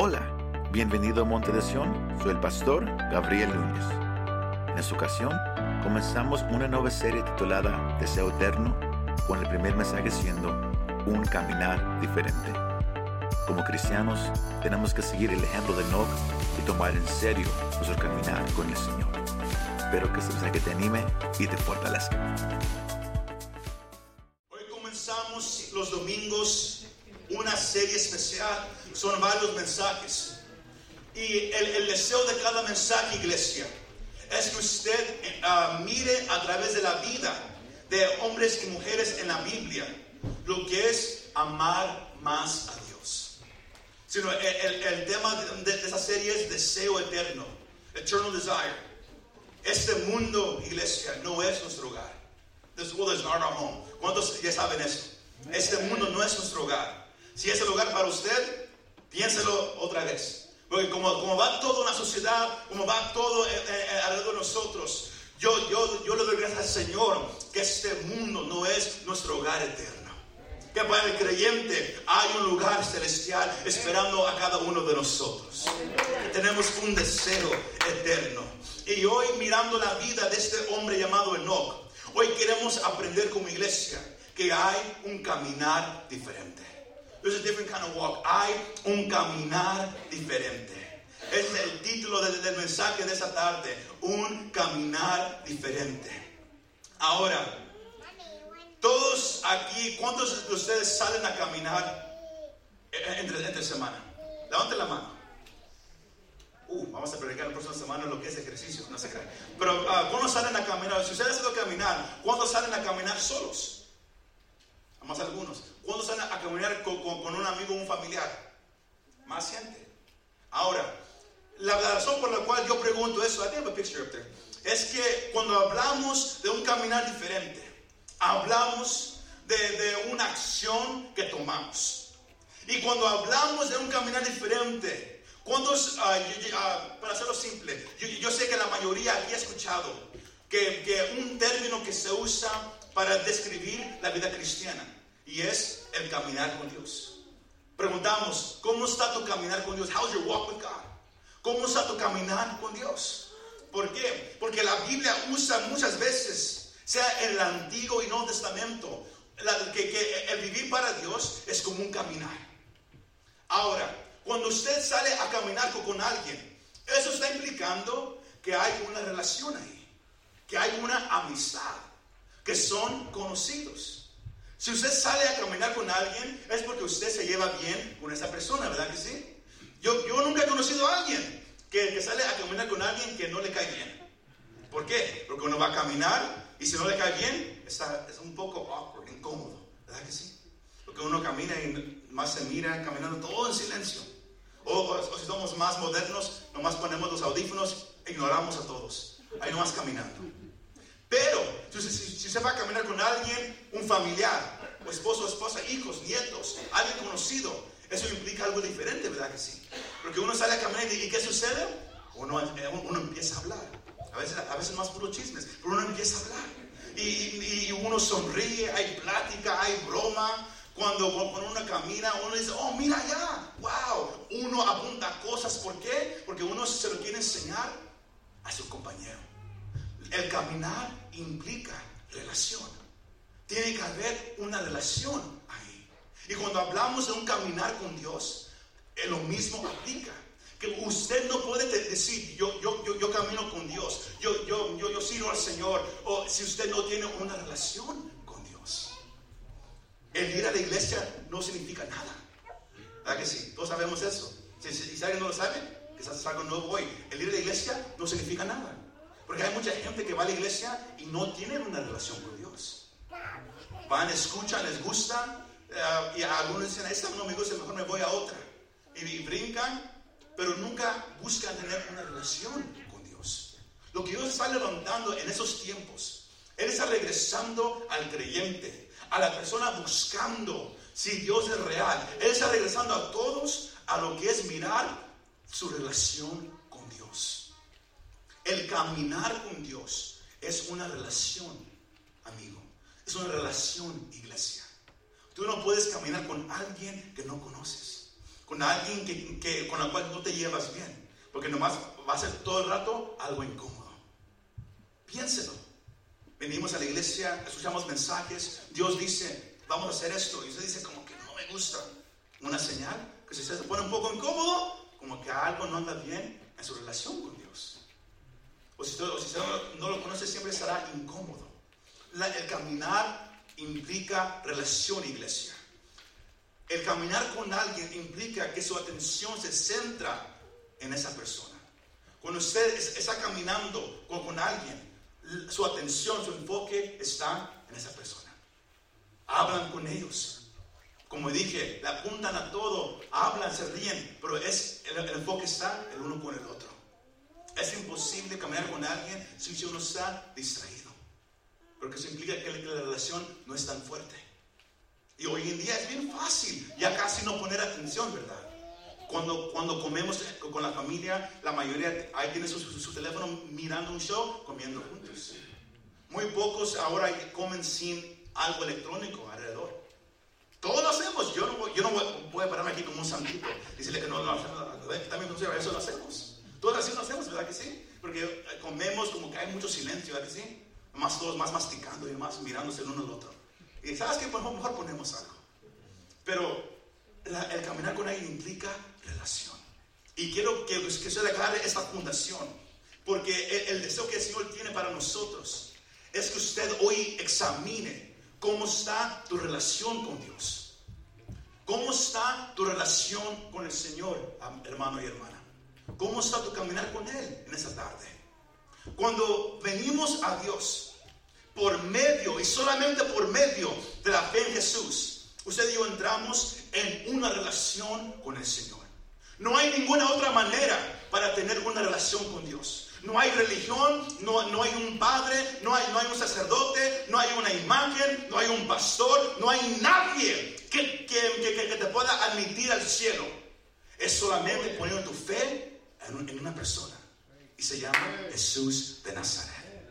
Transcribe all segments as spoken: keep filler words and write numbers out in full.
Hola, bienvenido a Monte de Sion, soy el pastor Gabriel Núñez. En esta ocasión comenzamos una nueva serie titulada Deseo Eterno, con el primer mensaje siendo Un Caminar Diferente. Como cristianos tenemos que seguir el ejemplo de Enoc y tomar en serio nuestro caminar con el Señor. Espero que este mensaje te anime y te fortalezca. Hoy comenzamos los domingos una serie especial, son varios mensajes. Y el, el deseo de cada mensaje, iglesia, es que usted uh, mire a través de la vida de hombres y mujeres en la Biblia lo que es amar más a Dios. Sino el, el, el tema de, de esa serie es deseo eterno, eternal desire. Este mundo, iglesia, no es nuestro hogar. This world is not our home. ¿Cuántos ya saben eso? Este mundo no es nuestro hogar. Si es el hogar para usted, piénselo otra vez. Porque como, como va toda una sociedad, como va todo eh, eh, alrededor de nosotros, yo, yo, yo le doy gracias al Señor que este mundo no es nuestro hogar eterno. Que para el creyente hay un lugar celestial esperando a cada uno de nosotros. Que tenemos un deseo eterno. Y hoy, mirando la vida de este hombre llamado Enoc, hoy queremos aprender como iglesia que hay un caminar diferente. There's a different kind of walk. Hay un caminar diferente. Es el título de, del mensaje de esta tarde. Un caminar diferente. Ahora, todos aquí, ¿cuántos de ustedes salen a caminar entre, entre semana? Levanten la mano. Uh, vamos a predicar la próxima semana lo que es ejercicio, no se crean. Pero, uh, ¿cuántos salen a caminar? Si ustedes han ido a caminar, ¿cuántos salen a caminar solos? Más algunos. ¿Cuántos salen a caminar con, con, con un amigo o un familiar? Más gente. Ahora, la razón por la cual yo pregunto eso, I have a picture up there, es que cuando hablamos de un caminar diferente, hablamos de, de una acción que tomamos. Y cuando hablamos de un caminar diferente, ¿cuántos, uh, uh, para hacerlo simple, yo, yo sé que la mayoría aquí ha escuchado que, que un término que se usa para describir la vida cristiana, y es el caminar con Dios. Preguntamos, ¿cómo está tu caminar con Dios? How's your walk with God? ¿Cómo está tu caminar con Dios? ¿Por qué? Porque la Biblia usa muchas veces, sea en el Antiguo y Nuevo Testamento, la, que, que el vivir para Dios es como un caminar. Ahora, cuando usted sale a caminar con, con alguien, eso está implicando que hay una relación ahí, que hay una amistad, que son conocidos. Si usted sale a caminar con alguien, es porque usted se lleva bien con esa persona, ¿verdad que sí? Yo, yo nunca he conocido a alguien que, que sale a caminar con alguien que no le cae bien. ¿Por qué? Porque uno va a caminar y si no le cae bien, está, es un poco awkward, incómodo, ¿verdad que sí? Porque uno camina y más se mira caminando todo en silencio. O, o, o si somos más modernos, nomás ponemos los audífonos e ignoramos a todos. Ahí nomás caminando. Pero, si, si, si se va a caminar con alguien, un familiar, o esposo, esposa, hijos, nietos, alguien conocido, eso implica algo diferente, ¿verdad que sí? Porque uno sale a caminar y, ¿y qué sucede? Uno, uno empieza a hablar. A veces, a veces más puros chismes, pero uno empieza a hablar. Y, y uno sonríe, hay plática, hay broma. Cuando, cuando uno camina, uno dice, oh, mira allá, wow. Uno apunta cosas, ¿por qué? Porque uno se lo quiere enseñar a su compañero. El caminar implica relación. Tiene que haber una relación ahí. Y cuando hablamos de un caminar con Dios, lo mismo aplica. Que usted no puede decir, yo, yo, yo, yo camino con Dios, yo, yo, yo, yo sirvo al Señor, o si usted no tiene una relación con Dios. El ir a la iglesia no significa nada. ¿Verdad que sí? Todos sabemos eso. Si, si, si alguien no lo sabe, quizás es algo nuevo hoy. El ir a la iglesia no significa nada. Porque hay mucha gente que va a la iglesia y no tienen una relación con Dios. Van, escuchan, les gusta, uh, y algunos dicen, esta no me gusta, mejor me voy a otra. Y, y brincan, pero nunca buscan tener una relación con Dios. Lo que Dios está levantando en esos tiempos, Él está regresando al creyente, a la persona buscando si Dios es real. Él está regresando a todos a lo que es mirar su relación con Dios. El caminar con Dios es una relación, amigo. Es una relación, iglesia. Tú no puedes caminar con alguien que no conoces. con alguien que, que, con el cual no te llevas bien, porque nomás va a ser todo el rato algo incómodo. Piénselo. Venimos a la iglesia, escuchamos mensajes, Dios dice, vamos a hacer esto, y usted dice como que no me gusta. Una señal que si usted se pone un poco incómodo, como que algo no anda bien en su relación con Dios. O si usted, o si usted no, no lo conoce, siempre estará incómodo. La, el caminar implica relación, iglesia. El caminar con alguien implica que su atención se centra en esa persona. Cuando usted está caminando con, con alguien, su atención, su enfoque está en esa persona. Hablan con ellos. Como dije, le apuntan a todo, hablan, se ríen, pero es, el, el enfoque está el uno con el otro. Es imposible caminar con alguien si uno está distraído, porque eso implica que la relación no es tan fuerte. Y hoy en día es bien fácil ya casi no poner atención, ¿verdad? Cuando, cuando comemos con la familia, la mayoría ahí tiene su, su, su teléfono mirando un show, comiendo juntos. Muy pocos ahora comen sin algo electrónico alrededor. Todos lo hacemos. Yo no, yo no voy, voy a pararme aquí como un santito y decirle que no lo hacemos. También eso lo hacemos. Todos así lo hacemos, ¿verdad que sí? Porque comemos como que hay mucho silencio, ¿verdad que sí? Más todos más masticando y más mirándose el uno al otro. Y ¿sabes qué? Pues mejor ponemos algo. Pero la, el caminar con alguien implica relación. Y quiero que, que se declare esta fundación, porque el, el deseo que el Señor tiene para nosotros es que usted hoy examine cómo está tu relación con Dios. ¿Cómo está tu relación con el Señor, hermano y hermana? ¿Cómo está tu caminar con Él en esta tarde? Cuando venimos a Dios por medio y solamente por medio de la fe en Jesús, usted y yo entramos en una relación con el Señor. No hay ninguna otra manera para tener una relación con Dios. No hay religión, no, no hay un padre, no hay, no hay un sacerdote, no hay una imagen, no hay un pastor, no hay nadie que, que, que, que te pueda admitir al cielo. Es solamente poniendo tu fe en, un, en una persona, y se llama Jesús de Nazaret.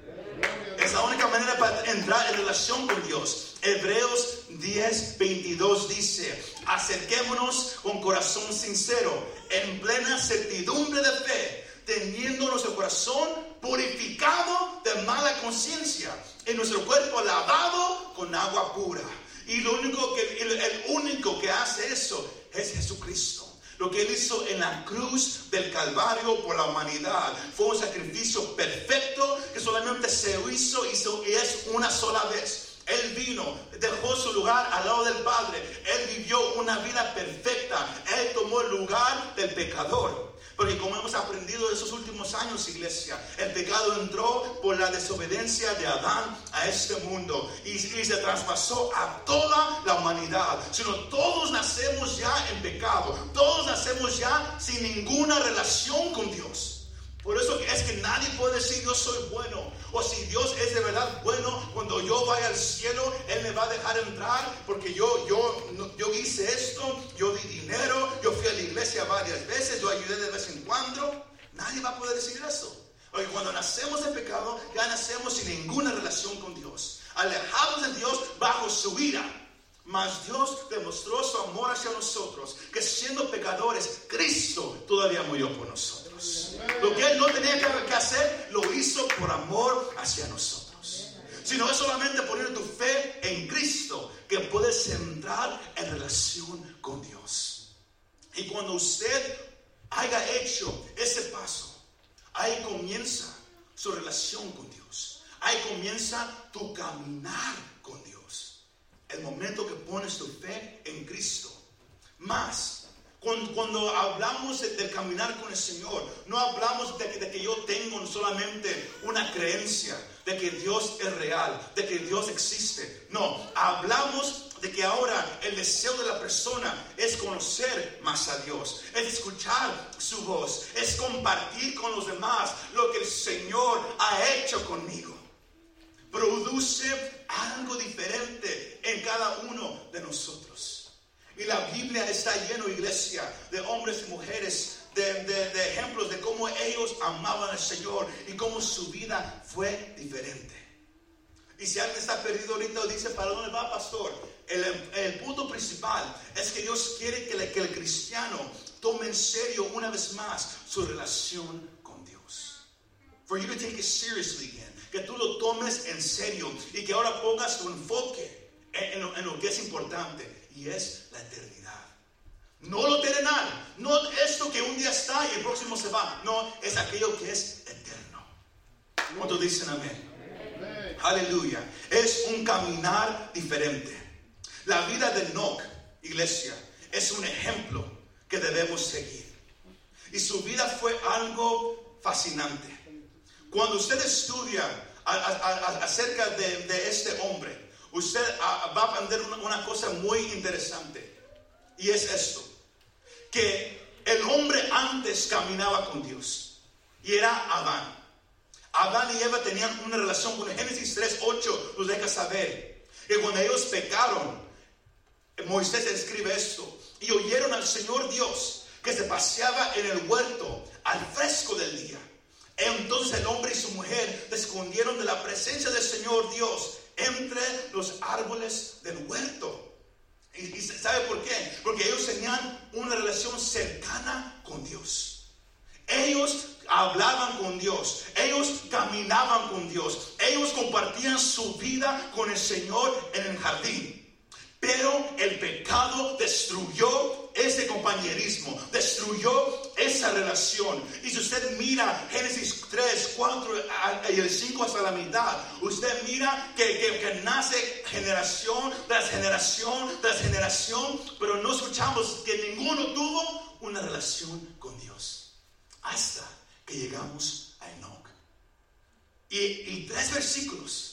Es la única manera para entrar en relación con Dios. Hebreos diez veintidós dice: acerquémonos con corazón sincero, en plena certidumbre de fe, teniendo nuestro corazón purificado de mala conciencia, en nuestro cuerpo lavado con agua pura. Y lo único que, el, el único que hace eso es Jesucristo. Lo que Él hizo en la cruz del Calvario por la humanidad fue un sacrificio perfecto que solamente se hizo, hizo y es una sola vez. Él vino, dejó su lugar al lado del Padre. Él vivió una vida perfecta. Él tomó el lugar del pecador. Porque como hemos aprendido de esos últimos años, iglesia, el pecado entró por la desobediencia de Adán a este mundo y, y se traspasó a toda la humanidad. Sino todos nacemos ya en pecado, todos nacemos ya sin ninguna relación con Dios. Por eso es que nadie puede decir yo soy bueno, o si Dios es de verdad bueno, cuando yo vaya al cielo Él me va a dejar entrar porque yo, yo, yo hice esto, yo di dinero, yo fui a la iglesia varias veces, yo ayudé de vez en cuando. Nadie va a poder decir eso. Porque cuando nacemos en pecado, ya nacemos sin ninguna relación con Dios, alejados de Dios bajo su ira. Mas Dios demostró su amor hacia nosotros, que siendo pecadores, Cristo todavía murió por nosotros. Lo que Él no tenía que hacer, lo hizo por amor hacia nosotros. Si no es solamente poner tu fe en Cristo, que puedes entrar en relación con Dios. Y cuando usted haya hecho ese paso, ahí comienza su relación con Dios. Ahí comienza tu caminar con Dios. El momento que pones tu fe en Cristo. Más, cuando, cuando hablamos de, de caminar con el Señor, no hablamos de que, de que yo tengo solamente una creencia de que Dios es real, de que Dios existe. No, hablamos de que ahora el deseo de la persona es conocer más a Dios, es escuchar su voz, es compartir con los demás lo que el Señor ha hecho conmigo. Produce algo diferente en cada uno de nosotros. Y la Biblia está llena, iglesia, de hombres y mujeres, de, de, de ejemplos de cómo ellos amaban al Señor y cómo su vida fue diferente. Y si alguien está perdido ahorita o dice, ¿para dónde va, pastor? El, el punto principal es que Dios quiere que, le, que el cristiano tome en serio una vez más su relación con Dios. For you to take it seriously again. Que tú lo tomes en serio y que ahora pongas tu enfoque en, en, lo, en lo que es importante, y es la eternidad. No lo terrenal, no esto que un día está y el próximo se va. No, es aquello que es eterno. ¿Cuántos dicen amén? Amén. Aleluya. Es un caminar diferente. La vida de Enoc, iglesia, es un ejemplo que debemos seguir. Y su vida fue algo fascinante. Cuando usted estudia a, a, a, acerca de, de este hombre, usted a, va a aprender una, una cosa muy interesante. Y es esto: que el hombre antes caminaba con Dios, y era Adán. Adán y Eva tenían una relación. Con Génesis tres ocho nos deja saber que cuando ellos pecaron, Moisés escribe esto: y oyeron al Señor Dios que se paseaba en el huerto al fresco del día. Entonces el hombre y su mujer se escondieron de la presencia del Señor Dios entre los árboles del huerto. ¿Y, y sabe por qué? Porque ellos tenían una relación cercana con Dios. Ellos hablaban con Dios, ellos caminaban con Dios, ellos compartían su vida con el Señor en el jardín. Pero el pecado destruyó ese compañerismo, destruyó esa relación. Y si usted mira Génesis tres, cuatro y el cinco hasta la mitad, usted mira que, que, que nace generación tras generación tras generación, pero no escuchamos que ninguno tuvo una relación con Dios. Hasta que llegamos a Enoc. Y, y tres versículos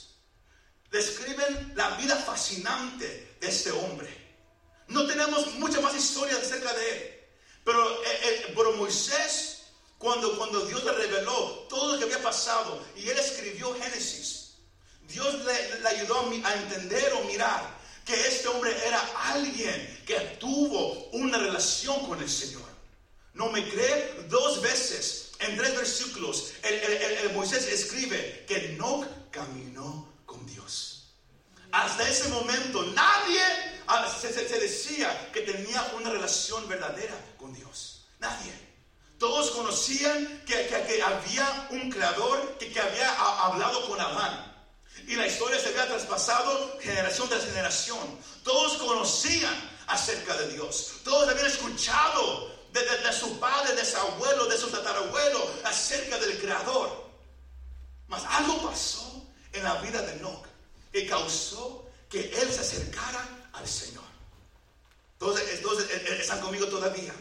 describen la vida fascinante de este hombre. No tenemos mucha más historia acerca de él, pero, eh, pero Moisés, cuando, cuando Dios le reveló todo lo que había pasado y él escribió Génesis, Dios le, le ayudó a, a entender o mirar que este hombre era alguien que tuvo una relación con el Señor. ¿No me cree? Dos veces en tres versículos el, el, el, el Moisés escribe que Enoc caminó con Dios. Hasta ese momento nadie se, se, se decía que tenía una relación verdadera con Dios. Nadie. Todos conocían que, que, que había un creador que, que había hablado con Adán. Y la historia se había traspasado generación tras generación. Todos conocían acerca de Dios. Todos habían escuchado de, de, de su padre, de su abuelo, de su tatarabuelo acerca del creador. Mas algo pasó en la vida de Enoc que causó que él se acercara al Señor. Entonces, entonces ¿están conmigo todavía?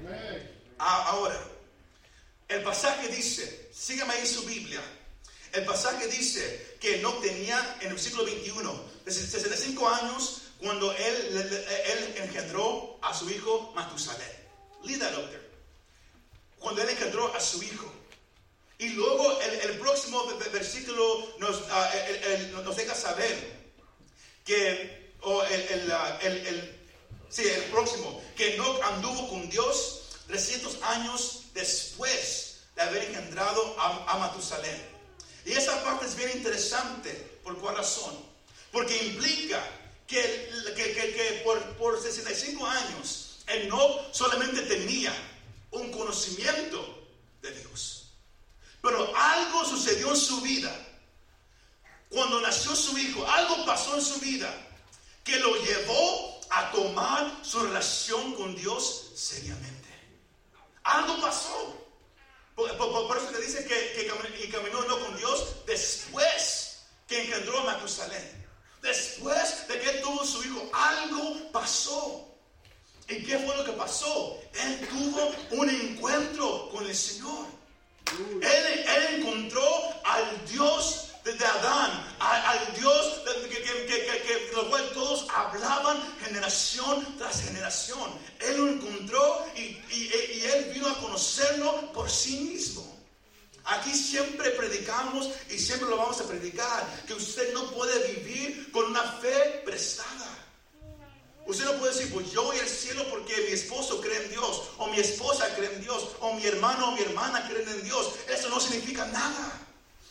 Ahora, el pasaje dice, sígame ahí su Biblia. El pasaje dice que Enoc tenía en el versículo veintiuno, de sesenta y cinco años, cuando él, él engendró a su hijo Matusalén. Leave that up there. Cuando él engendró a su hijo. Y luego el, el próximo versículo nos, uh, el, el, nos deja saber que, o el, el, uh, el, el, sí, el próximo, que Enoc anduvo con Dios trescientos años después de haber engendrado a, a Matusalén. Y esa parte es bien interesante. ¿Por cuál razón? Porque implica que, que, que, que por, por sesenta y cinco años Enoc solamente tenía un conocimiento de Dios. Pero algo sucedió en su vida. Cuando nació su hijo, algo pasó en su vida que lo llevó a tomar su relación con Dios seriamente. Algo pasó. Por, por, por eso le dice que, que caminó, y caminó no con Dios después que engendró a Matusalén. Después de que él tuvo su hijo, algo pasó. ¿Y qué fue lo que pasó? Él tuvo un encuentro con el Señor. Él, él encontró al Dios de, de Adán, al, al Dios de, que, que, que, que, que lo cual todos hablaban generación tras generación. Él lo encontró y, y, y él vino a conocerlo por sí mismo. Aquí siempre predicamos y siempre lo vamos a predicar, que usted no puede vivir con una fe prestada. Usted no puede decir, pues yo voy al cielo porque mi esposo cree en Dios, o mi esposa cree en Dios, o mi hermano o mi hermana creen en Dios. Eso no significa nada.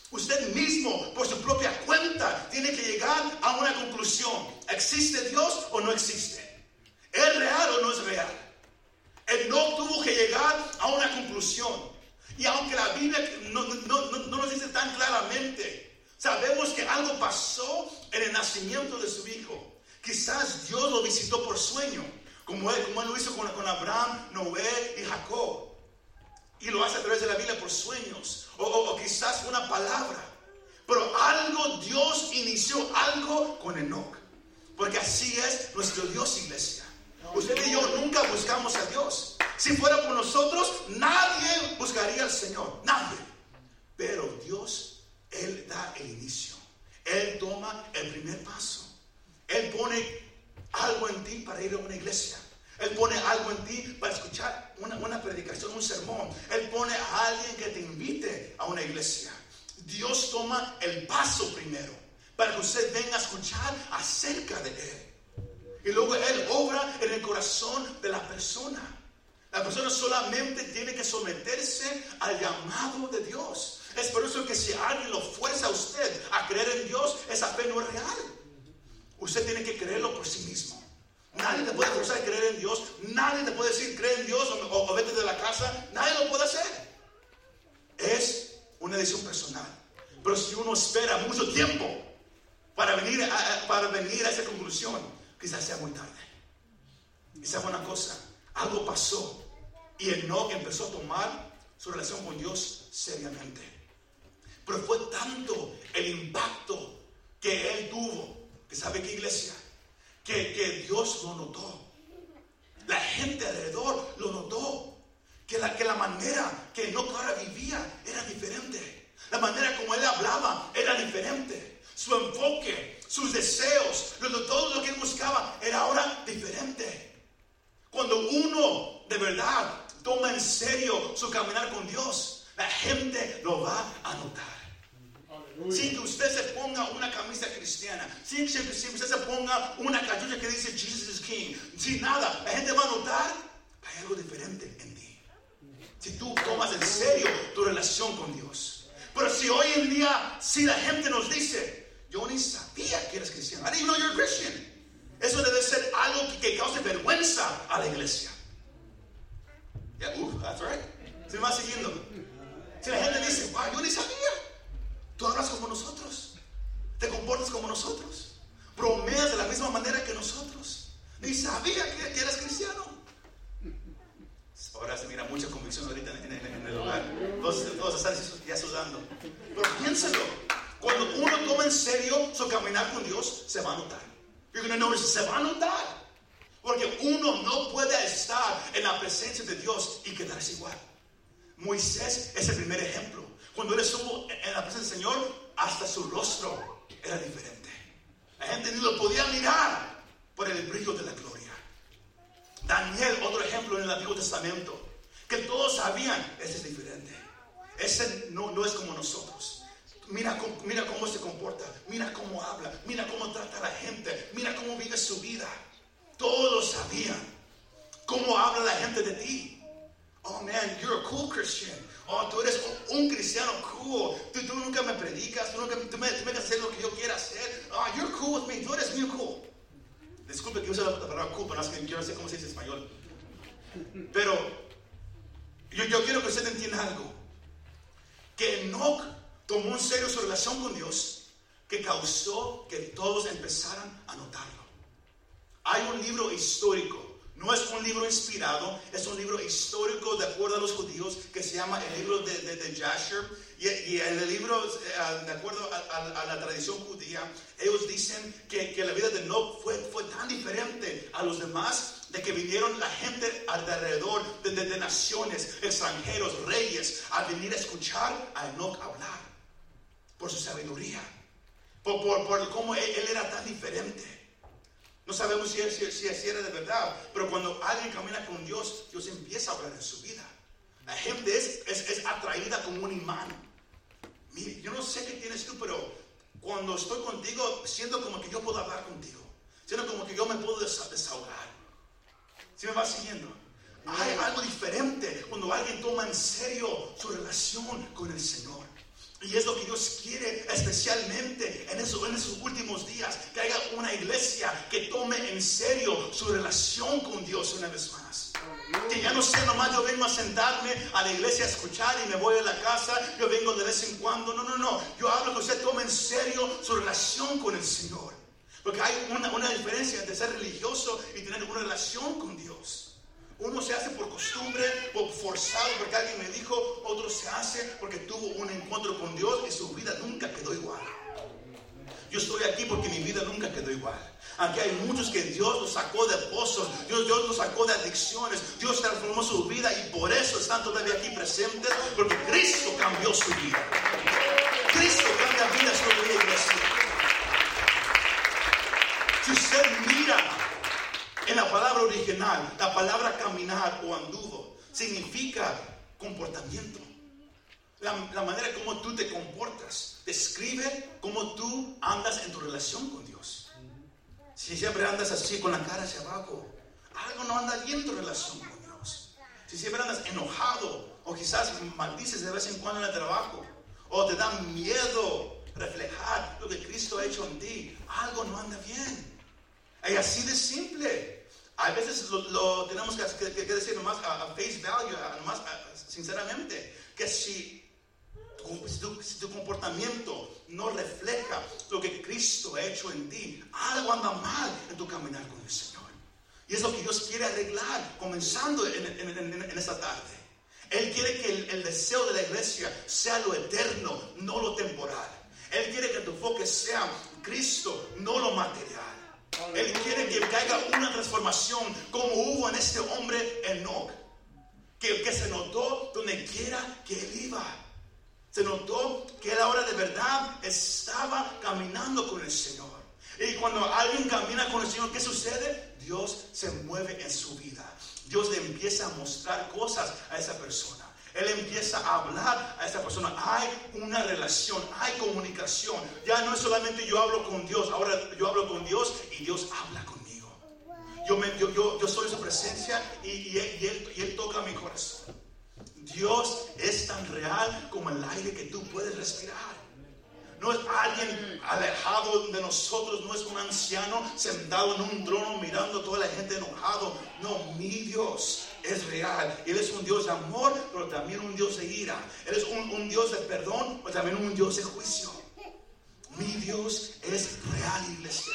Usted mismo, por su propia cuenta, tiene que llegar a una conclusión. ¿Existe Dios o no existe? ¿Es real o no es real? Enoc tuvo que llegar a una conclusión. Y aunque la Biblia no, no, no, no nos dice tan claramente, sabemos que algo pasó en el nacimiento de su hijo. Quizás Dios lo visitó por sueño, como él, como él lo hizo con, con Abraham, Noé y Jacob. Y lo hace a través de la Biblia por sueños. O, o, o quizás una palabra. Pero algo, Dios inició algo con Enoc. Porque así es nuestro Dios, iglesia. Usted y yo nunca buscamos a Dios. Si fuera por nosotros, nadie buscaría al Señor. Nadie. Pero Dios, Él da el inicio. Él toma el primer paso. Él pone algo en ti para ir a una iglesia. Él pone algo en ti para escuchar una, una predicación, un sermón. Él pone a alguien que te invite a una iglesia. Dios toma el paso primero para que usted venga a escuchar acerca de Él. Y luego Él obra en el corazón de la persona. La persona solamente tiene que someterse al llamado de Dios. Es por eso que si alguien lo fuerza a usted a creer en Dios, esa fe no es real. Usted tiene que creerlo por sí mismo. Nadie te puede forzar a creer en Dios. Nadie te puede decir cree en Dios o, o, o vete de la casa. Nadie lo puede hacer. Es una decisión personal. Pero si uno espera mucho tiempo para venir a, para venir a esa conclusión, quizás sea muy tarde. Y sabe una cosa, algo pasó y Enoc empezó a tomar su relación con Dios seriamente. Pero fue tanto el impacto que él tuvo, que sabe qué, iglesia, que, que Dios lo notó. La gente alrededor lo notó. Que la, que la manera que Enoc ahora vivía era diferente. La manera como él hablaba era diferente. Su enfoque, sus deseos, todo lo que él buscaba era ahora diferente. Cuando uno de verdad toma en serio su caminar con Dios, la gente lo va a notar. Sin que usted se ponga una camisa cristiana, sin que usted se ponga una cachucha que dice Jesus is King, sin nada, la gente va a notar que hay algo diferente en ti. Si tú tomas en serio tu relación con Dios. Pero si hoy en día, si la gente nos dice, yo ni sabía que eres cristiano, I didn't even know you're a Christian, eso debe ser algo que, que cause vergüenza a la iglesia. Yeah, ooh, that's right. Se me va siguiendo. Si la gente dice, wow, yo ni sabía. Tú hablas como nosotros, te comportas como nosotros, bromeas de la misma manera que nosotros. Ni sabía que, que eras cristiano. Ahora se mira mucha convicción ahorita en, en, en el hogar. Todos, todos están ya sudando. Pero piénselo. Cuando uno toma en serio su caminar con Dios, se va a notar. You're going to notice, se va a notar. Porque uno no puede estar en la presencia de Dios y quedarse igual. Moisés es el primer ejemplo. Cuando él estuvo en la presencia del Señor, hasta su rostro era diferente. La gente ni lo podía mirar por el brillo de la gloria. Daniel, otro ejemplo en el Antiguo Testamento, que todos sabían, ese es diferente. Ese no, no es como nosotros. Mira cómo, mira cómo se comporta, mira cómo habla, mira cómo trata a la gente, mira cómo vive su vida. Todos sabían cómo habla la gente de ti. Oh man, you're a cool Christian. Oh, tú eres un cristiano cool. Tú, tú nunca me predicas, tú, nunca, tú, me, tú me dejas hacer lo que yo quiera hacer. Oh, you're cool with me, tú eres muy cool. Disculpe que use la palabra cool, pero no es que yo no sé cómo se dice en español. Pero yo, yo quiero que usted entienda algo. Que Enoc tomó en serio su relación con Dios, que causó que todos empezaran a notarlo. Hay un libro histórico. No es un libro inspirado, es un libro histórico de acuerdo a los judíos que se llama el libro de, de, de Jasher. Y, y en el libro, uh, de acuerdo a, a, a la tradición judía, ellos dicen que, que la vida de Enoc fue, fue tan diferente a los demás, de que vinieron la gente alrededor de, de, de naciones, extranjeros, reyes, a venir a escuchar a Enoc hablar por su sabiduría, por, por, por cómo él, él era tan diferente. No sabemos si, si, si, si era de verdad, pero cuando alguien camina con Dios, Dios empieza a hablar en su vida. La gente es, es, es atraída como un imán. Mire, yo no sé qué tienes tú, pero cuando estoy contigo, siento como que yo puedo hablar contigo. Siento como que yo me puedo desahogar. ¿Sí me va siguiendo? Hay algo diferente cuando alguien toma en serio su relación con el Señor. Y es lo que Dios quiere especialmente en, eso, en esos últimos días, que haya una iglesia que tome en serio su relación con Dios una vez más. Que ya no sea nomás yo vengo a sentarme a la iglesia a escuchar y me voy a la casa, yo vengo de vez en cuando. No, no, no. Yo hablo que usted tome en serio su relación con el Señor. Porque hay una, una diferencia entre ser religioso y tener una relación con Dios. Uno se hace por costumbre, por forzado, porque alguien me dijo. Otro se hace porque tuvo un encuentro con Dios y su vida nunca quedó igual. Yo estoy aquí porque mi vida nunca quedó igual. Aquí hay muchos que Dios los sacó de pozos, Dios, Dios los sacó de adicciones, Dios transformó su vida y por eso están todavía aquí presentes, porque Cristo cambió su vida. Cristo cambia vidas sobre la iglesia. Si usted mira en la palabra original, la palabra caminar o anduvo significa comportamiento. La, la manera como tú te comportas describe cómo tú andas en tu relación con Dios. Si siempre andas así con la cara hacia abajo, algo no anda bien en tu relación con Dios. Si siempre andas enojado o quizás maldices de vez en cuando en el trabajo, o te da miedo reflejar lo que Cristo ha hecho en ti, algo no anda bien. Es así de simple. A veces lo, lo tenemos que, que, que decir nomás a, a face value, a, nomás a, sinceramente, que si tu, si, tu, si tu comportamiento no refleja lo que Cristo ha hecho en ti, algo anda mal en tu caminar con el Señor. Y es lo que Dios quiere arreglar, comenzando en, en, en, en esta tarde. Él quiere que el, el deseo de la iglesia sea lo eterno, no lo temporal. Él quiere que tu enfoque sea Cristo, no lo material. Él quiere que haya una transformación como hubo en este hombre Enoc, que, que se notó donde quiera que él iba. Se notó que él ahora de verdad estaba caminando con el Señor. Y cuando alguien camina con el Señor, ¿qué sucede? Dios se mueve en su vida. Dios le empieza a mostrar cosas a esa persona. Él empieza a hablar a esa persona. Hay una relación, hay comunicación. Ya no es solamente yo hablo con Dios, ahora yo hablo con Dios y Dios habla conmigo. Yo, me, yo, yo, yo soy su presencia y, y, él, y, él, y Él toca mi corazón. Dios es tan real como el aire que tú puedes respirar. No es alguien alejado de nosotros, no es un anciano sentado en un trono mirando a toda la gente enojado. No, mi Dios es real. Él es un Dios de amor, pero también un Dios de ira. Él es un, un Dios de perdón, pero también un Dios de juicio. Mi Dios es real, iglesia.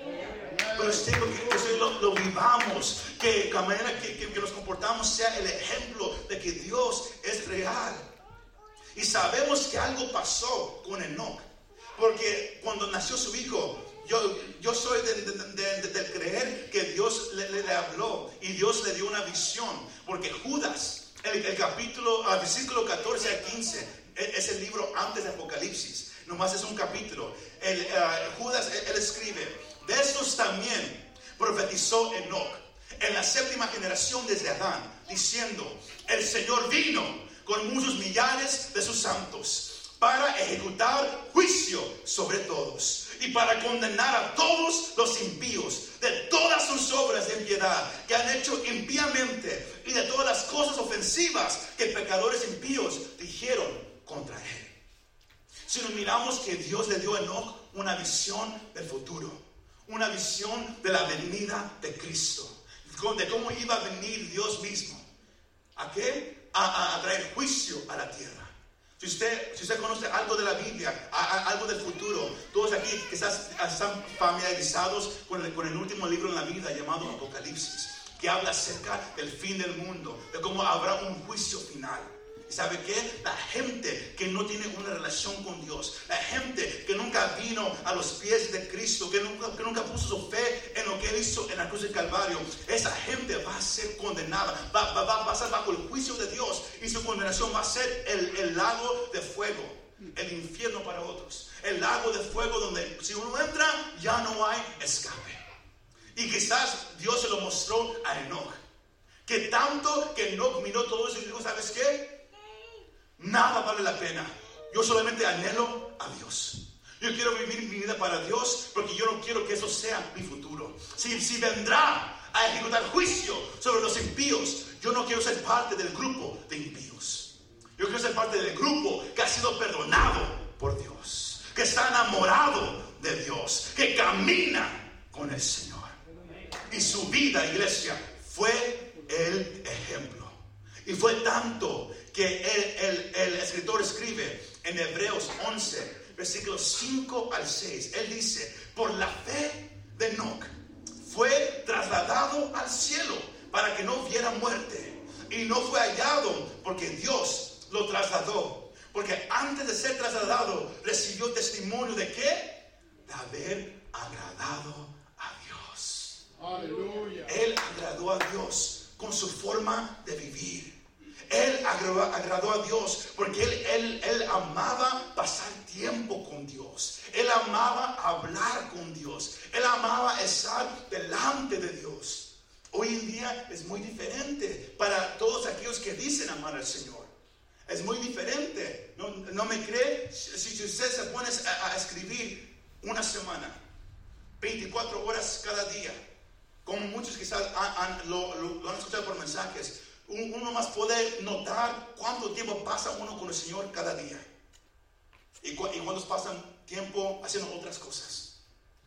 Pero es tiempo que, que lo, lo vivamos, que la manera que, que, que nos comportamos sea el ejemplo de que Dios es real. Y sabemos que algo pasó con Enoc, porque cuando nació su hijo, yo, yo soy de, de, de, de, de creer que Dios le, le, le habló y Dios le dio una visión, porque Judas, el, el capítulo, el versículo catorce a quince, es el libro antes de Apocalipsis, nomás es un capítulo. El, uh, Judas, él, él escribe: de estos también profetizó Enoc en la séptima generación desde Adán, diciendo: el Señor vino con muchos millares de sus santos para ejecutar juicio sobre todos y para condenar a todos los impíos de todas sus obras de impiedad que han hecho impíamente y de todas las cosas ofensivas que pecadores impíos dijeron contra él. Si nos miramos que Dios le dio a Enoc una visión del futuro, una visión de la venida de Cristo, de cómo iba a venir Dios mismo. ¿A qué? A, a, a traer juicio a la tierra. Si usted, si usted conoce algo de la Biblia, a, a, algo del futuro, todos aquí quizás están familiarizados con el, con el último libro en la Biblia llamado Apocalipsis, que habla acerca del fin del mundo, de cómo habrá un juicio final. ¿Y sabe qué? La gente que no tiene una relación con Dios, la gente que nunca vino a los pies de Cristo, que nunca, que nunca puso su fe en lo que Él hizo en la cruz del Calvario, esa gente va a ser condenada, va, va, va a pasar bajo el juicio de Dios, y su condenación va a ser el, el lago de fuego, el infierno para otros, el lago de fuego donde si uno entra ya no hay escape. Y quizás Dios se lo mostró a Enoc, que tanto que Enoc miró todo eso y dijo: ¿sabes qué? Nada vale la pena. Yo solamente anhelo a Dios. Yo quiero vivir mi vida para Dios, porque yo no quiero que eso sea mi futuro. Si, si vendrá a ejecutar juicio sobre los impíos, yo no quiero ser parte del grupo de impíos. Yo quiero ser parte del grupo que ha sido perdonado por Dios, que está enamorado de Dios, que camina con el Señor. Y su vida, iglesia, fue el ejemplo. Y fue tanto que el, el, el escritor escribe en Hebreos once, versículos cinco al seis. Él dice: por la fe de Enoc fue trasladado al cielo para que no viera muerte, y no fue hallado porque Dios lo trasladó, porque antes de ser trasladado recibió testimonio de ¿qué? De haber agradado a Dios. Aleluya. Él agradó a Dios con su forma de vivir. Él agradó, agradó a Dios porque él, él, él amaba pasar tiempo con Dios. Él amaba hablar con Dios. Él amaba estar delante de Dios. Hoy en día es muy diferente para todos aquellos que dicen amar al Señor. Es muy diferente. ¿No, no me cree? Si, si usted se pone a, a escribir una semana, veinticuatro horas cada día, como muchos quizás han, han, lo, lo, lo han escuchado por mensajes, uno más puede notar cuánto tiempo pasa uno con el Señor cada día. Y, cu- y cuántos pasan tiempo haciendo otras cosas.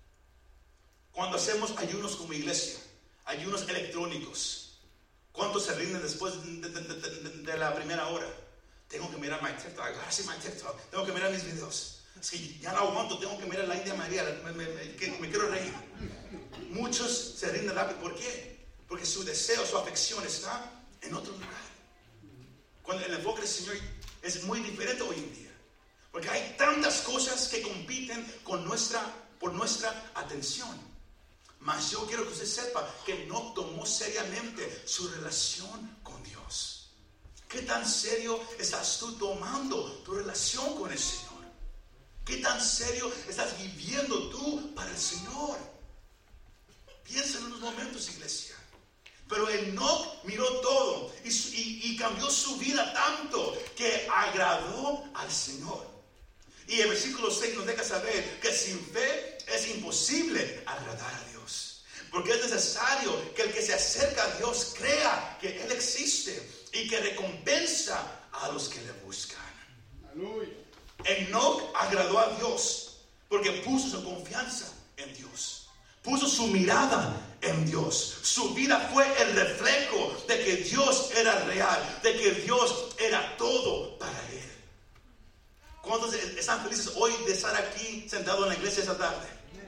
Cuando hacemos ayunos como iglesia, ayunos electrónicos, ¿cuántos se rinden después de, de, de, de, de la primera hora? Tengo que mirar mi TikTok, ahora sí mi TikTok, tengo que mirar mis videos. Es que ya no aguanto, tengo que mirar la India María, me, me, me, que, me quiero reír. Muchos se rinden rápido. ¿Por qué? Porque su deseo, su afección está en otro lugar. Cuando el enfoque del Señor es muy diferente hoy en día, porque hay tantas cosas que compiten con nuestra, por nuestra atención. Mas yo quiero que usted sepa que no tomó seriamente su relación con Dios. ¿Qué tan serio estás tú tomando tu relación con el Señor? ¿Qué tan serio estás viviendo tú para el Señor? Piensa en unos momentos, iglesia. Pero Enoc miró todo y, y, y cambió su vida tanto que agradó al Señor. Y el versículo seis nos deja saber que sin fe es imposible agradar a Dios. Porque es necesario que el que se acerca a Dios crea que Él existe y que recompensa a los que le buscan. Aleluya. Enoc agradó a Dios porque puso su confianza en Dios. Puso su mirada en Dios. Su vida fue el reflejo de que Dios era real, de que Dios era todo para él. ¿Cuántos están felices hoy de estar aquí sentado en la iglesia esta tarde?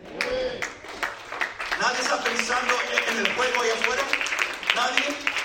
¿Nadie está pensando en el juego allá afuera? ¿Nadie?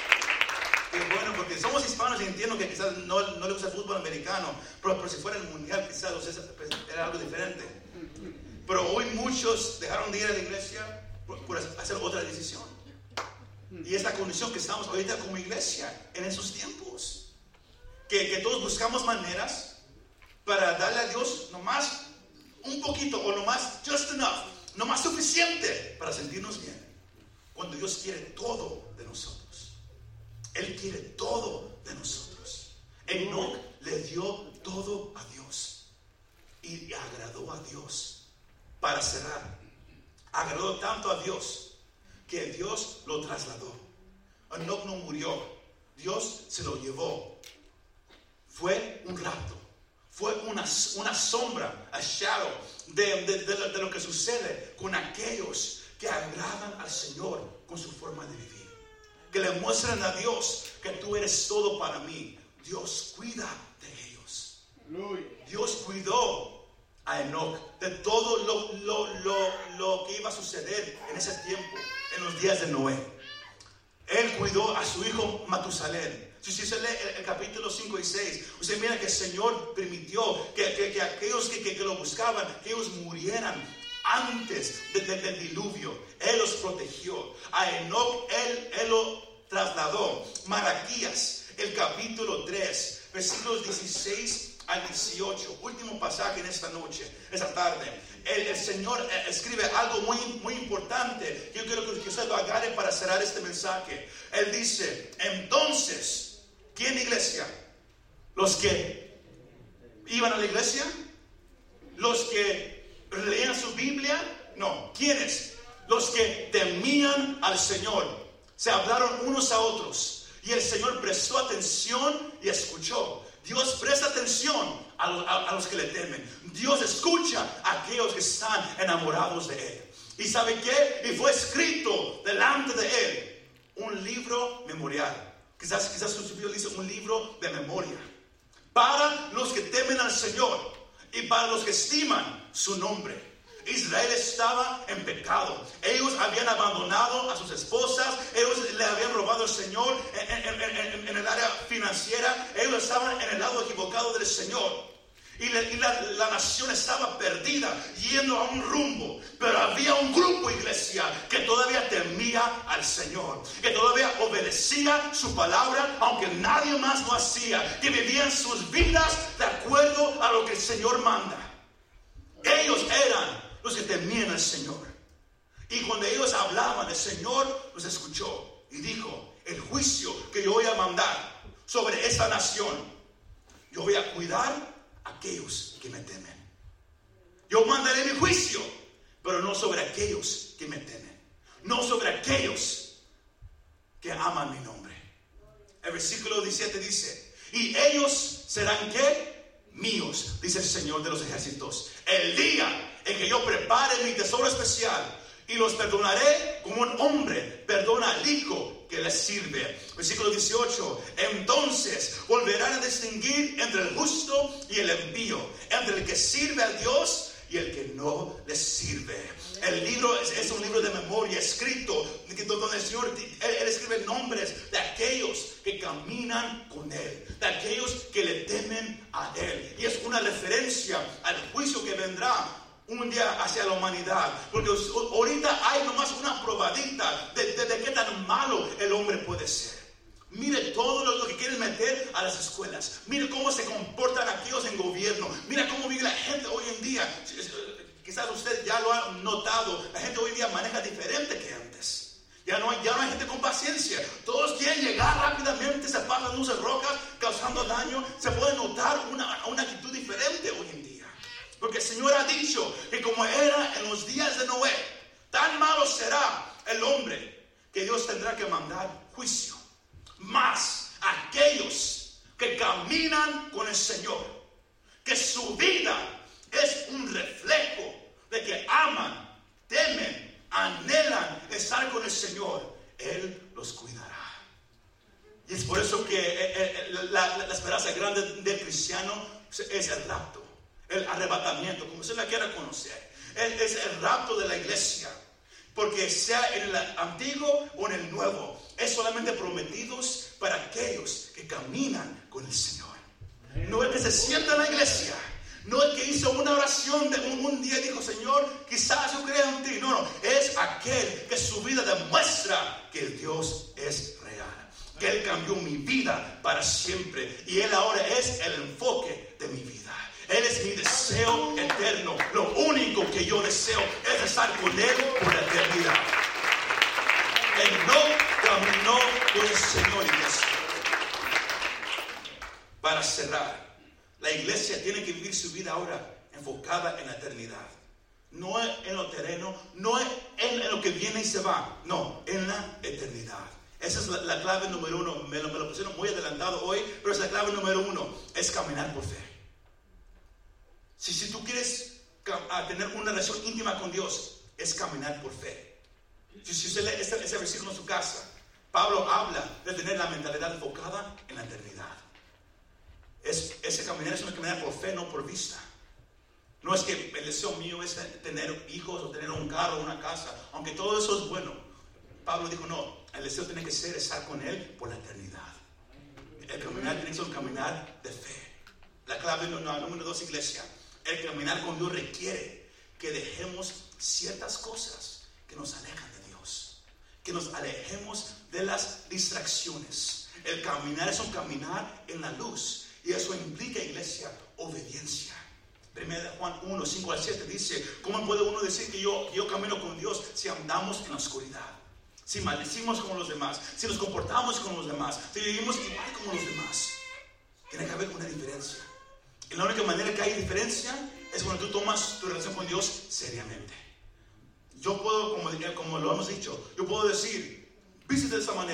Y bueno, porque somos hispanos y entiendo que quizás no, no le gusta el fútbol americano, pero, pero si fuera el mundial quizás o sea, era algo diferente. Pero hoy muchos dejaron de ir a la iglesia por, por hacer otra decisión. Y es la condición que estamos ahorita como iglesia en esos tiempos. Que, que todos buscamos maneras para darle a Dios nomás un poquito o nomás just enough, nomás suficiente para sentirnos bien. Cuando Dios quiere todo de nosotros. Él quiere todo de nosotros. Enoc le dio todo a Dios y agradó a Dios. Para cerrar, agradó tanto a Dios que Dios lo trasladó. Enoc no murió, Dios se lo llevó. Fue un rapto, fue una, una sombra, a shadow de, de, de, de lo que sucede con aquellos que agradan al Señor con su forma de vivir, que le muestran a Dios que tú eres todo para mí. Dios cuida de ellos. Dios cuidó a Enoc de todo lo, lo, lo, lo que iba a suceder en ese tiempo, en los días de Noé. Él cuidó a su hijo Matusalén. Si usted lee el, el capítulo cinco y seis, usted mira que el Señor permitió que, que, que aquellos que, que, que lo buscaban, que ellos murieran antes de, de, del diluvio. Él los protegió. A Enoc él, él lo trasladó. Malaquías, el capítulo tres, versículos dieciséis al dieciocho, último pasaje en esta noche, esta tarde. El, el Señor escribe algo muy, muy importante. Yo quiero que usted lo agarre para cerrar este mensaje. Él dice: entonces, ¿quién iglesia? ¿Los que iban a la iglesia? ¿Los que leían su Biblia? No. ¿Quiénes? Los que temían al Señor. Se hablaron unos a otros Y el Señor prestó atención y escuchó. Dios presta atención a, a, a los que le temen. Dios escucha a aquellos que están enamorados de Él. ¿Y sabe qué? Y fue escrito delante de Él un libro memorial. Quizás, quizás su Biblia dice un libro de memoria. Para los que temen al Señor y para los que estiman su nombre. Israel estaba en pecado. Ellos habían abandonado a sus esposas. Ellos le habían robado al Señor en, en, en, en el área financiera. Ellos estaban en el lado equivocado del Señor. Y, le, y la, la nación estaba perdida, yendo a un rumbo. Pero había un grupo, iglesia, que todavía temía al Señor, que todavía obedecía su palabra, aunque nadie más lo hacía, que vivían sus vidas de acuerdo a lo que el Señor manda. Ellos eran los que temían al Señor. Y cuando ellos hablaban, el Señor los escuchó y dijo: el juicio que yo voy a mandar sobre esta nación, yo voy a cuidar a aquellos que me temen. Yo mandaré mi juicio, pero no sobre aquellos que me temen, no sobre aquellos que aman mi nombre. El versículo diecisiete dice: y ellos serán ¿qué? Míos, dice el Señor de los ejércitos, el día en que yo prepare mi tesoro especial, y los perdonaré como un hombre perdona al hijo que les sirve. Versículo dieciocho: entonces volverán a distinguir entre el justo y el impío, entre el que sirve a Dios y el que no les sirve. El libro es, es un libro de memoria escrito donde el Señor él, él escribe nombres de aquellos que caminan con Él, de aquellos que le temen a Él. Y es una referencia al juicio que vendrá un día hacia la humanidad, porque ahorita hay nomás una probadita de, de, de qué tan malo el hombre puede ser. Mire todo lo, lo que quieren meter a las escuelas. Mire cómo se comportan aquellos en gobierno. Mira cómo vive la gente hoy en día. Quizás usted ya lo ha notado. La gente hoy en día maneja diferente que antes. Ya no hay, ya no hay gente con paciencia. Todos quieren llegar rápidamente, se pasan luces rojas, causando daño. Se puede notar una, una actitud diferente hoy en día. Porque el Señor ha dicho que como era en los días de Noé, tan malo será el hombre que Dios tendrá que mandar juicio. Mas aquellos que caminan con el Señor, que su vida es un reflejo de que aman, temen, anhelan estar con el Señor, Él los cuidará. Y es por eso que eh, eh, la, la, la esperanza grande del cristiano es el rapto. El arrebatamiento, como usted la quiera conocer, es el rapto de la iglesia, porque sea en el antiguo o en el nuevo, es solamente prometidos para aquellos que caminan con el Señor. No el que se sienta en la iglesia, no el que hizo una oración de un, un día y dijo: Señor, quizás yo crea en ti. No, no, es aquel que su vida demuestra que Dios es real, que Él cambió mi vida para siempre y Él ahora es el enfoque de mi vida. Él es mi deseo eterno. Lo único que yo deseo es estar con Él por la eternidad. Él no caminó con el Señor, iglesia. Para cerrar, la iglesia tiene que vivir su vida ahora enfocada en la eternidad. No en lo terreno, no en, en lo que viene y se va. No, en la eternidad. Esa es la, la clave número uno. Me lo, me lo pusieron muy adelantado hoy, pero es la clave número uno. Es caminar por fe. Si, si tú quieres a tener una relación íntima con Dios, es caminar por fe. Si, si usted lee ese, ese versículo en su casa, Pablo habla de tener la mentalidad enfocada en la eternidad. Es, ese caminar es un caminar por fe, no por vista. No es que el deseo mío es tener hijos o tener un carro o una casa, aunque todo eso es bueno. Pablo dijo: no, el deseo tiene que ser estar con Él por la eternidad. El caminar tiene que ser un caminar de fe. La clave no, no, número dos, iglesia. El caminar con Dios requiere que dejemos ciertas cosas que nos alejan de Dios, que nos alejemos de las distracciones. El caminar es un caminar en la luz, y eso implica, iglesia, obediencia. Primera de Juan uno, cinco al siete dice: ¿cómo puede uno decir que yo, que yo camino con Dios si andamos en la oscuridad? Si maldecimos como los demás, si nos comportamos como los demás, si vivimos igual como los demás. Tiene que haber una diferencia. Y la única manera que hay diferencia es cuando tú tomas tu relación con Dios seriamente. Yo puedo, como, como lo hemos dicho, yo puedo decir: vístete de esta manera,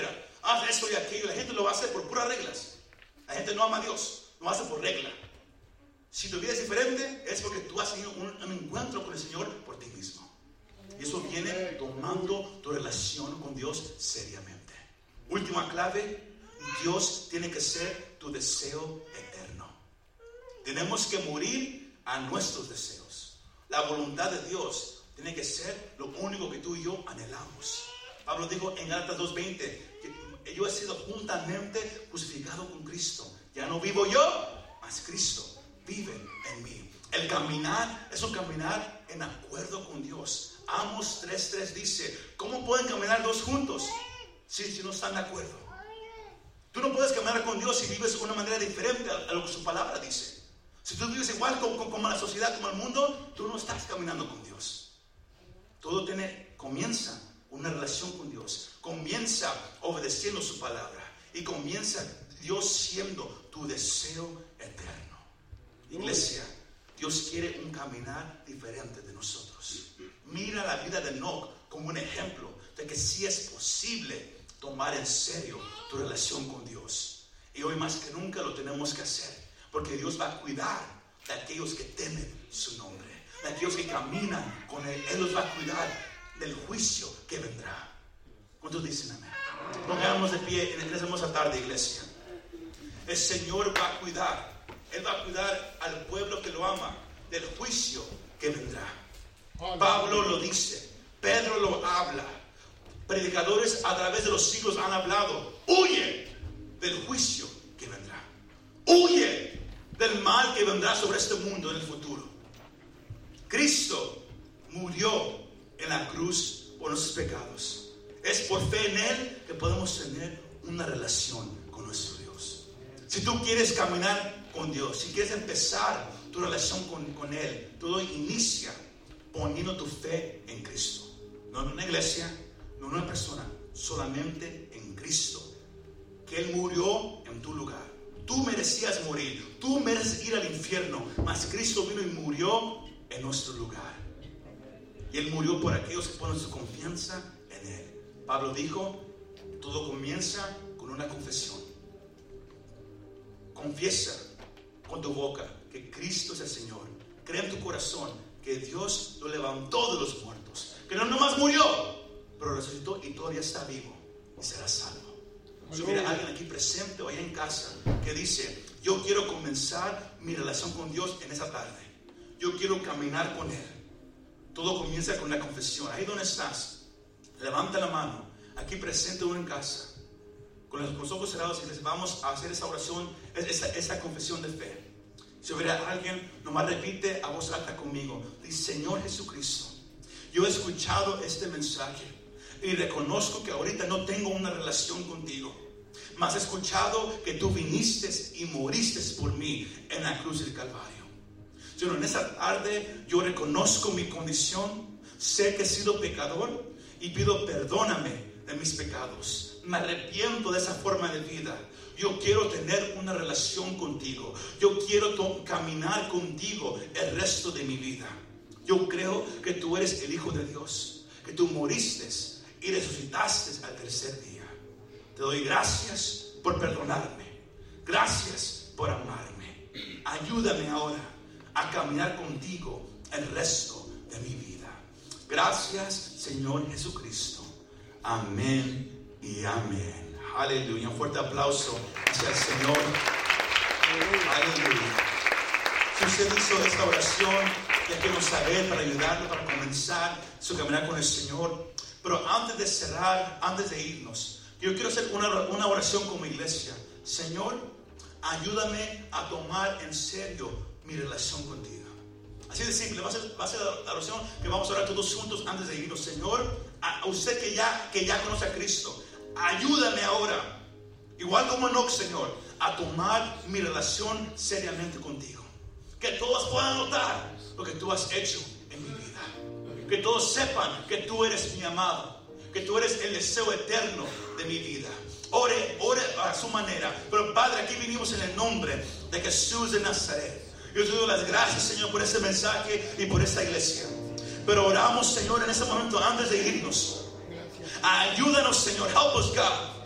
haz esto y aquello. La gente lo va a hacer por puras reglas. La gente no ama a Dios, lo hace por regla. Si tu vida es diferente, es porque tú has tenido un, un encuentro con el Señor por ti mismo. Y eso viene tomando tu relación con Dios seriamente. Última clave, Dios tiene que ser tu deseo eterno. Tenemos que morir a nuestros deseos. La voluntad de Dios tiene que ser lo único que tú y yo anhelamos. Pablo dijo en Gálatas dos veinte que yo he sido juntamente crucificado con Cristo. Ya no vivo yo, mas Cristo vive en mí. El caminar es un caminar en acuerdo con Dios. Amos tres tres dice, ¿cómo pueden caminar dos juntos si, si no están de acuerdo? Tú no puedes caminar con Dios si vives de una manera diferente a, a lo que su palabra dice. Si tú vives igual como, como, como la sociedad, como el mundo, tú no estás caminando con Dios. Todo tiene, comienza una relación con Dios. Comienza obedeciendo su palabra. Y comienza Dios siendo tu deseo eterno. Iglesia, Dios quiere un caminar diferente de nosotros. Mira la vida de Enoch como un ejemplo de que sí es posible tomar en serio tu relación con Dios. Y hoy más que nunca lo tenemos que hacer, porque Dios va a cuidar de aquellos que temen su nombre, de aquellos que caminan con Él. Él los va a cuidar del juicio que vendrá. ¿Cuántos dicen amén? Pongámonos de pie en esta hermosa tarde, iglesia. El Señor va a cuidar. Él va a cuidar al pueblo que lo ama del juicio que vendrá. Pablo lo dice, Pedro lo habla, predicadores a través de los siglos han hablado. Huye del juicio que vendrá. Huye del mal que vendrá sobre este mundo en el futuro. Cristo murió en la cruz por nuestros pecados. Es por fe en Él que podemos tener una relación con nuestro Dios. Si tú quieres caminar con Dios, si quieres empezar tu relación con, con Él, todo inicia poniendo tu fe en Cristo. No en una iglesia, no en una persona, solamente en Cristo. Que Él murió en tu lugar. Tú merecías morir, tú mereces ir al infierno, mas Cristo vino y murió en nuestro lugar. Y Él murió por aquellos que ponen su confianza en Él. Pablo dijo, todo comienza con una confesión. Confiesa con tu boca que Cristo es el Señor. Cree en tu corazón que Dios lo levantó de los muertos, que no nomás murió, pero resucitó y todavía está vivo y será salvo. Si hubiera alguien aquí presente o allá en casa que dice, yo quiero comenzar mi relación con Dios en esa tarde, yo quiero caminar con Él. Todo comienza con la confesión. Ahí donde estás, levanta la mano, aquí presente uno en casa, con los, con los ojos cerrados, y les vamos a hacer esa oración, esa, esa confesión de fe. Si hubiera alguien, nomás repite a voz alta conmigo. Dice, Señor Jesucristo, yo he escuchado este mensaje y reconozco que ahorita no tengo una relación contigo, mas he escuchado que tú viniste y moriste por mí en la cruz del Calvario. Señor, en esta tarde yo reconozco mi condición, sé que he sido pecador y pido perdóname de mis pecados. Me arrepiento de esa forma de vida. Yo quiero tener una relación contigo. Yo quiero to- caminar contigo el resto de mi vida. Yo creo que tú eres el Hijo de Dios, que tú moriste y resucitaste al tercer día. Te doy gracias por perdonarme. Gracias por amarme. Ayúdame ahora a caminar contigo el resto de mi vida. Gracias, Señor Jesucristo. Amén y amén. Aleluya. Un fuerte aplauso hacia el Señor. Aleluya. Si usted hizo esta oración, ya quiero saber para ayudarlo, para comenzar su caminar con el Señor. Pero antes de cerrar, antes de irnos, yo quiero hacer una, una oración como iglesia. Señor, ayúdame a tomar en serio mi relación contigo. Así de simple, va a ser, va a ser la oración que vamos a orar todos juntos antes de irnos. Señor, a usted que ya, que ya conoce a Cristo, ayúdame ahora, igual como Enoch, Señor, a tomar mi relación seriamente contigo. Que todos puedan notar lo que tú has hecho en mi vida. Que todos sepan que tú eres mi amado, que tú eres el deseo eterno de mi vida. Ore, ore a su manera. Pero Padre, aquí vinimos en el nombre de Jesús de Nazaret. Yo te doy las gracias, Señor, por este mensaje y por esta iglesia. Pero oramos, Señor, en este momento antes de irnos. Ayúdanos, Señor. Help us, God.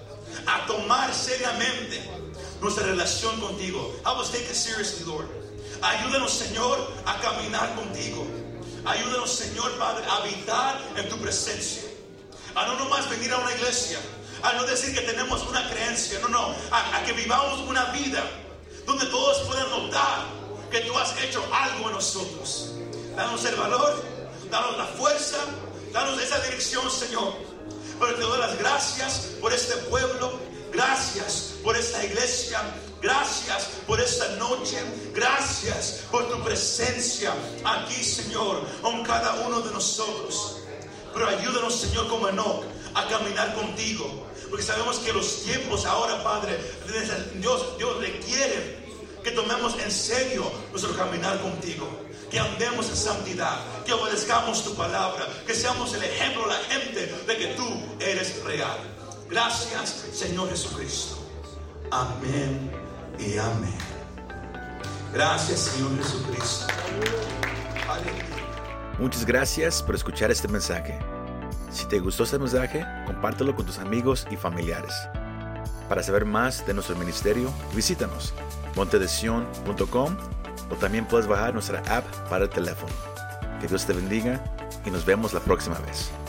a tomar seriamente nuestra relación contigo. Help us take it seriously, Lord. Ayúdanos, Señor, a caminar contigo. Ayúdanos, Señor, Padre, a habitar en tu presencia. A no nomás venir a una iglesia, a no decir que tenemos una creencia, no, no, a, a que vivamos una vida donde todos puedan notar que tú has hecho algo en nosotros. Danos el valor, danos la fuerza, danos esa dirección, Señor. Pero te doy las gracias por este pueblo, gracias por esta iglesia, gracias por esta noche, gracias por tu presencia aquí, Señor, con cada uno de nosotros. Pero ayúdanos, Señor, como Enoc, a caminar contigo, porque sabemos que los tiempos ahora, Padre, Dios, Dios requiere que tomemos en serio nuestro caminar contigo, que andemos en santidad, que obedezcamos tu palabra, que seamos el ejemplo a la gente de que tú eres real. Gracias, Señor Jesucristo. Amén y amén. Gracias, Señor Jesucristo. Aleluya. Muchas gracias por escuchar este mensaje. Si te gustó este mensaje, compártelo con tus amigos y familiares. Para saber más de nuestro ministerio, visítanos montedesion punto com o también puedes bajar nuestra app para el teléfono. Que Dios te bendiga y nos vemos la próxima vez.